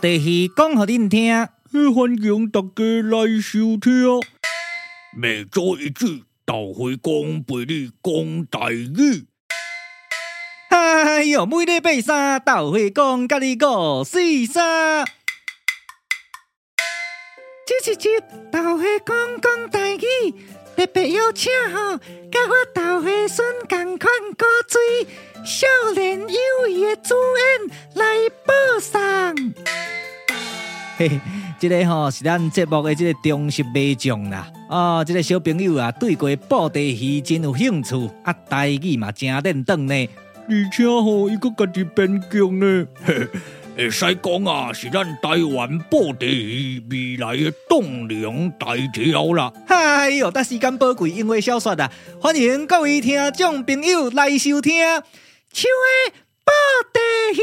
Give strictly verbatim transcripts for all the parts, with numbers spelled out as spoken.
地戏讲予恁听， 欢迎大家来收听。每周一句，豆花公陪你讲台语。 哎哟，每礼拜三豆花讲甲你五四三。这一集豆花讲讲台语，特别邀请吼，甲我豆花孙同款古锥少年友谊的主演来报送。嘿嘿，这个吼、哦、是咱节目的这个忠实迷众啦。哦，这个小朋友啊，对过布袋戏真有兴趣，啊，台语嘛真练懂呢。 而且吼，伊佫家己编剧呢，会使讲啊，是咱台湾布袋戏未来的栋梁大条啦。 哎哟，但时间宝贵，因为小说啊，欢迎各位听众朋友来收听《秋的布袋戏》。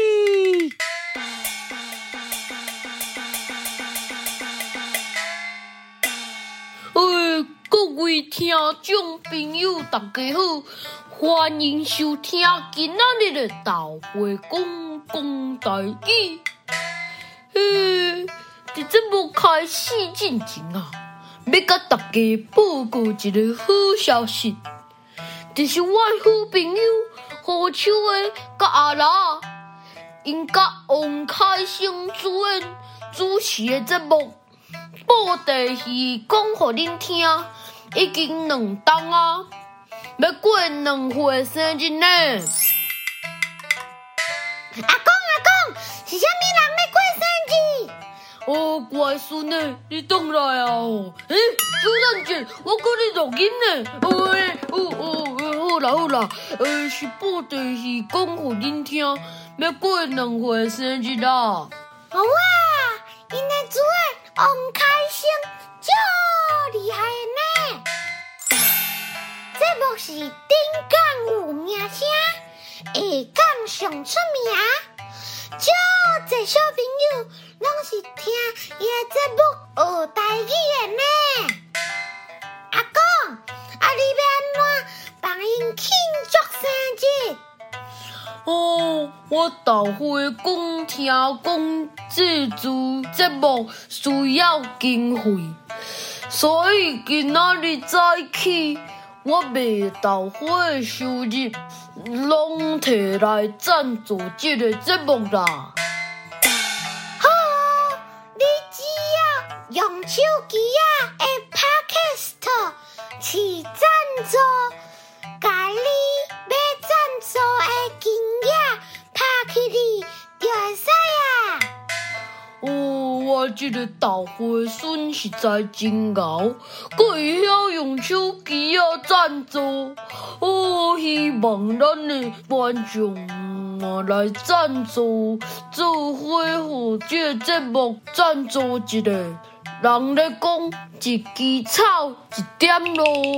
哎，各位听众朋友，大家好，欢迎收听今仔日的豆花讲讲台语。嘿，在节目开始之前啊，要甲大家报告一个好消息，就是我的好朋友何秋的甲阿拉，因甲王凯生主演主持的节目。布袋戏讲予恁听，已经两档啊，要过两岁生日呢。 阿公阿公，是啥物人要过生日？ 哦，乖孙呢，你倒来啊！诶，主任姐，我跟你录音呢。哦哦哦，好啦好啦，呃，是布袋戏讲予恁听，要过两岁生日啦。 哇，因的主演王凯生真厉害的呢！节目是顶港有名声，下港上出名，真侪小朋友拢是听伊的节目学台语的呢。阿公，啊你要安怎帮因庆祝生日？ 哦，我豆花讲听讲制作节目需要经费，所以今仔日早起，我卖豆花的收入拢摕来赞助这个节目啦。 好哦，你只要用手机啊的 Podcast 去赞助，甲你要赞助的金额拍起哩就会使啊。 哦，我这个豆花孙实在真敖，佫会晓用手机啊赞助。哦，希望咱的观众啊来赞助，做伙互这个节目赞助一个。人咧讲一枝草一点露，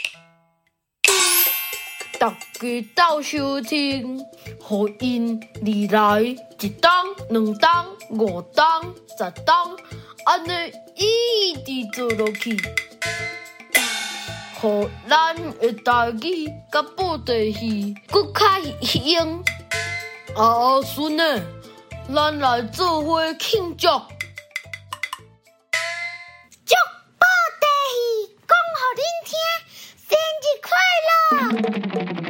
大家斗收听，互因未来一档、两档、五档、十档，安尼一直做落去，互咱的台语甲布袋戏搁较用。啊，孙呢，咱来做伙庆祝。 祝布袋戏讲予恁听，生日快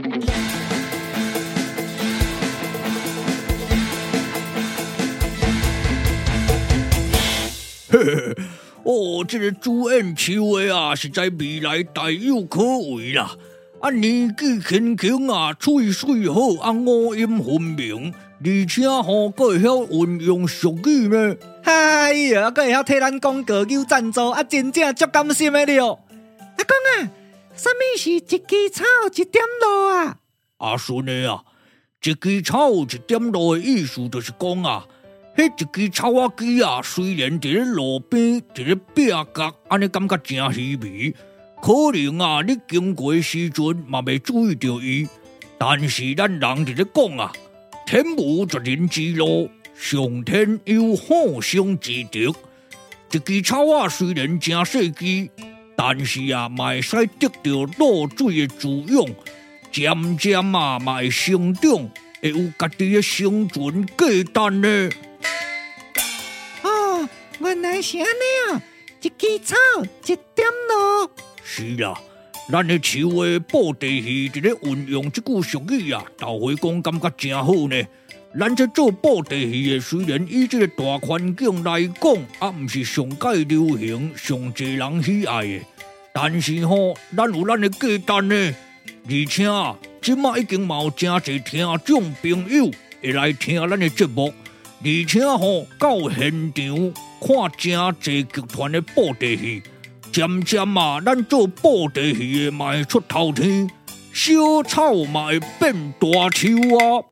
乐！ 嘿嘿，哦，这个主演秋的啊，实在未来大有可为啦！啊，年纪轻轻啊，嘴水好，啊，五音分明，而且吼，佫会晓运用俗语呢。 哎呀，佫会晓替咱广告有赞助，啊，真正足甘心的了。阿公啊，啥物是一枝草一点露啊？ 阿孙的啊，一枝草一点露的意思就是讲啊，迄一枝草仔枝啊，虽然伫咧路边，伫咧壁角，安尼感觉真稀微，可能啊，你经过的时阵嘛未注意到伊，但是咱人伫咧讲啊，天无绝人之路。上天有好生之德，一枝草啊虽然真细枝，但是啊，嘛会使得到露水的滋养，渐渐啊，嘛会成长，会有家己的生存价值呢。 原来是安尼哦，一枝草一点露。 是啦，咱的树的布地戏就咧运用这句俗语啊，豆花公感觉真好呢。咱这做布地戏的，虽然以这个大环境来讲，啊，毋是上界流行、上侪人喜爱的，但是吼，咱有咱的价值呢。而且啊，即马已经嘛有真侪听众朋友会来听咱的节目，而且吼到现场看真侪剧团的布地戏，渐渐啊，咱做布地戏的嘛会出头天，小草嘛会变大树啊！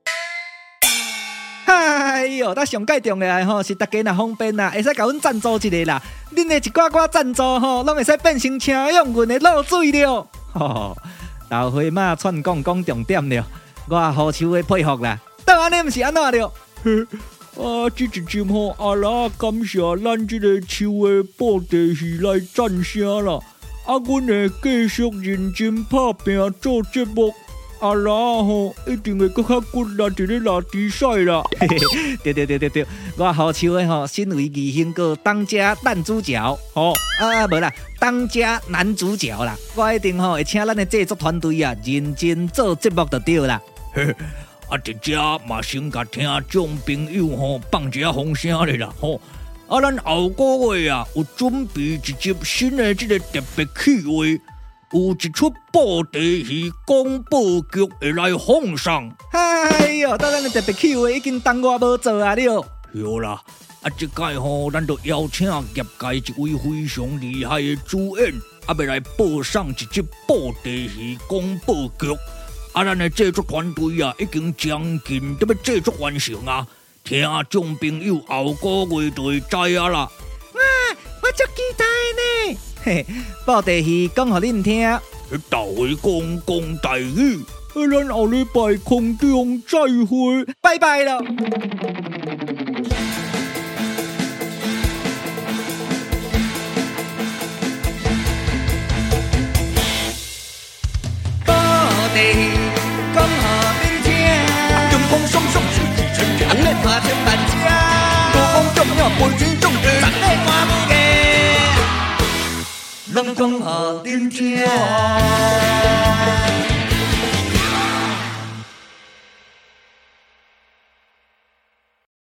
哎哟，咱上界重要的吼是大家若方便啦，会使甲阮赞助一下啦。恁的一寡寡赞助吼，拢会使变成车用阮的漏水了。吼，豆花妈串讲讲重点了，我好手的配合啦。当安尼毋是安怎了？ 啊，这一集吼，阿拉感谢咱这个树的布地戏来赞声啦。啊，阮会继续认真拍拼做节目。阿拉吼一定会搁较骨力伫咧拉比赛啦！ 对对对对对，我好手的吼，身为艺兴个当家男主角，吼啊无啦，当家男主角啦，我一定吼会请咱的制作团队啊，认真做节目就对啦。 啊，伫遮嘛先甲听众朋友吼放一下风声咧啦吼！啊，咱后个月啊有准备一集新的这个特别企划。有一出布地戏广播剧会来放送。 哎哟，到咱的特别企划已经当我无做啊了。 对啦，啊，这届吼，咱就邀请业界一位非常厉害的主演，啊，要来播送一集布地戏广播剧。啊，咱的制作团队啊，已经将近都要制作完成啊。听众朋友后个月就会知啊啦。 哇，我足期待呢！ 嘿，布地戏讲互恁听。 豆花公讲台语，咱后礼拜空中再会， 拜拜了。布地戏讲互恁听， 阳光爽爽，喜气沉沉， 红日花千万只， 多讲重要，杯水中的， 咱的花木个。拢讲互恁听。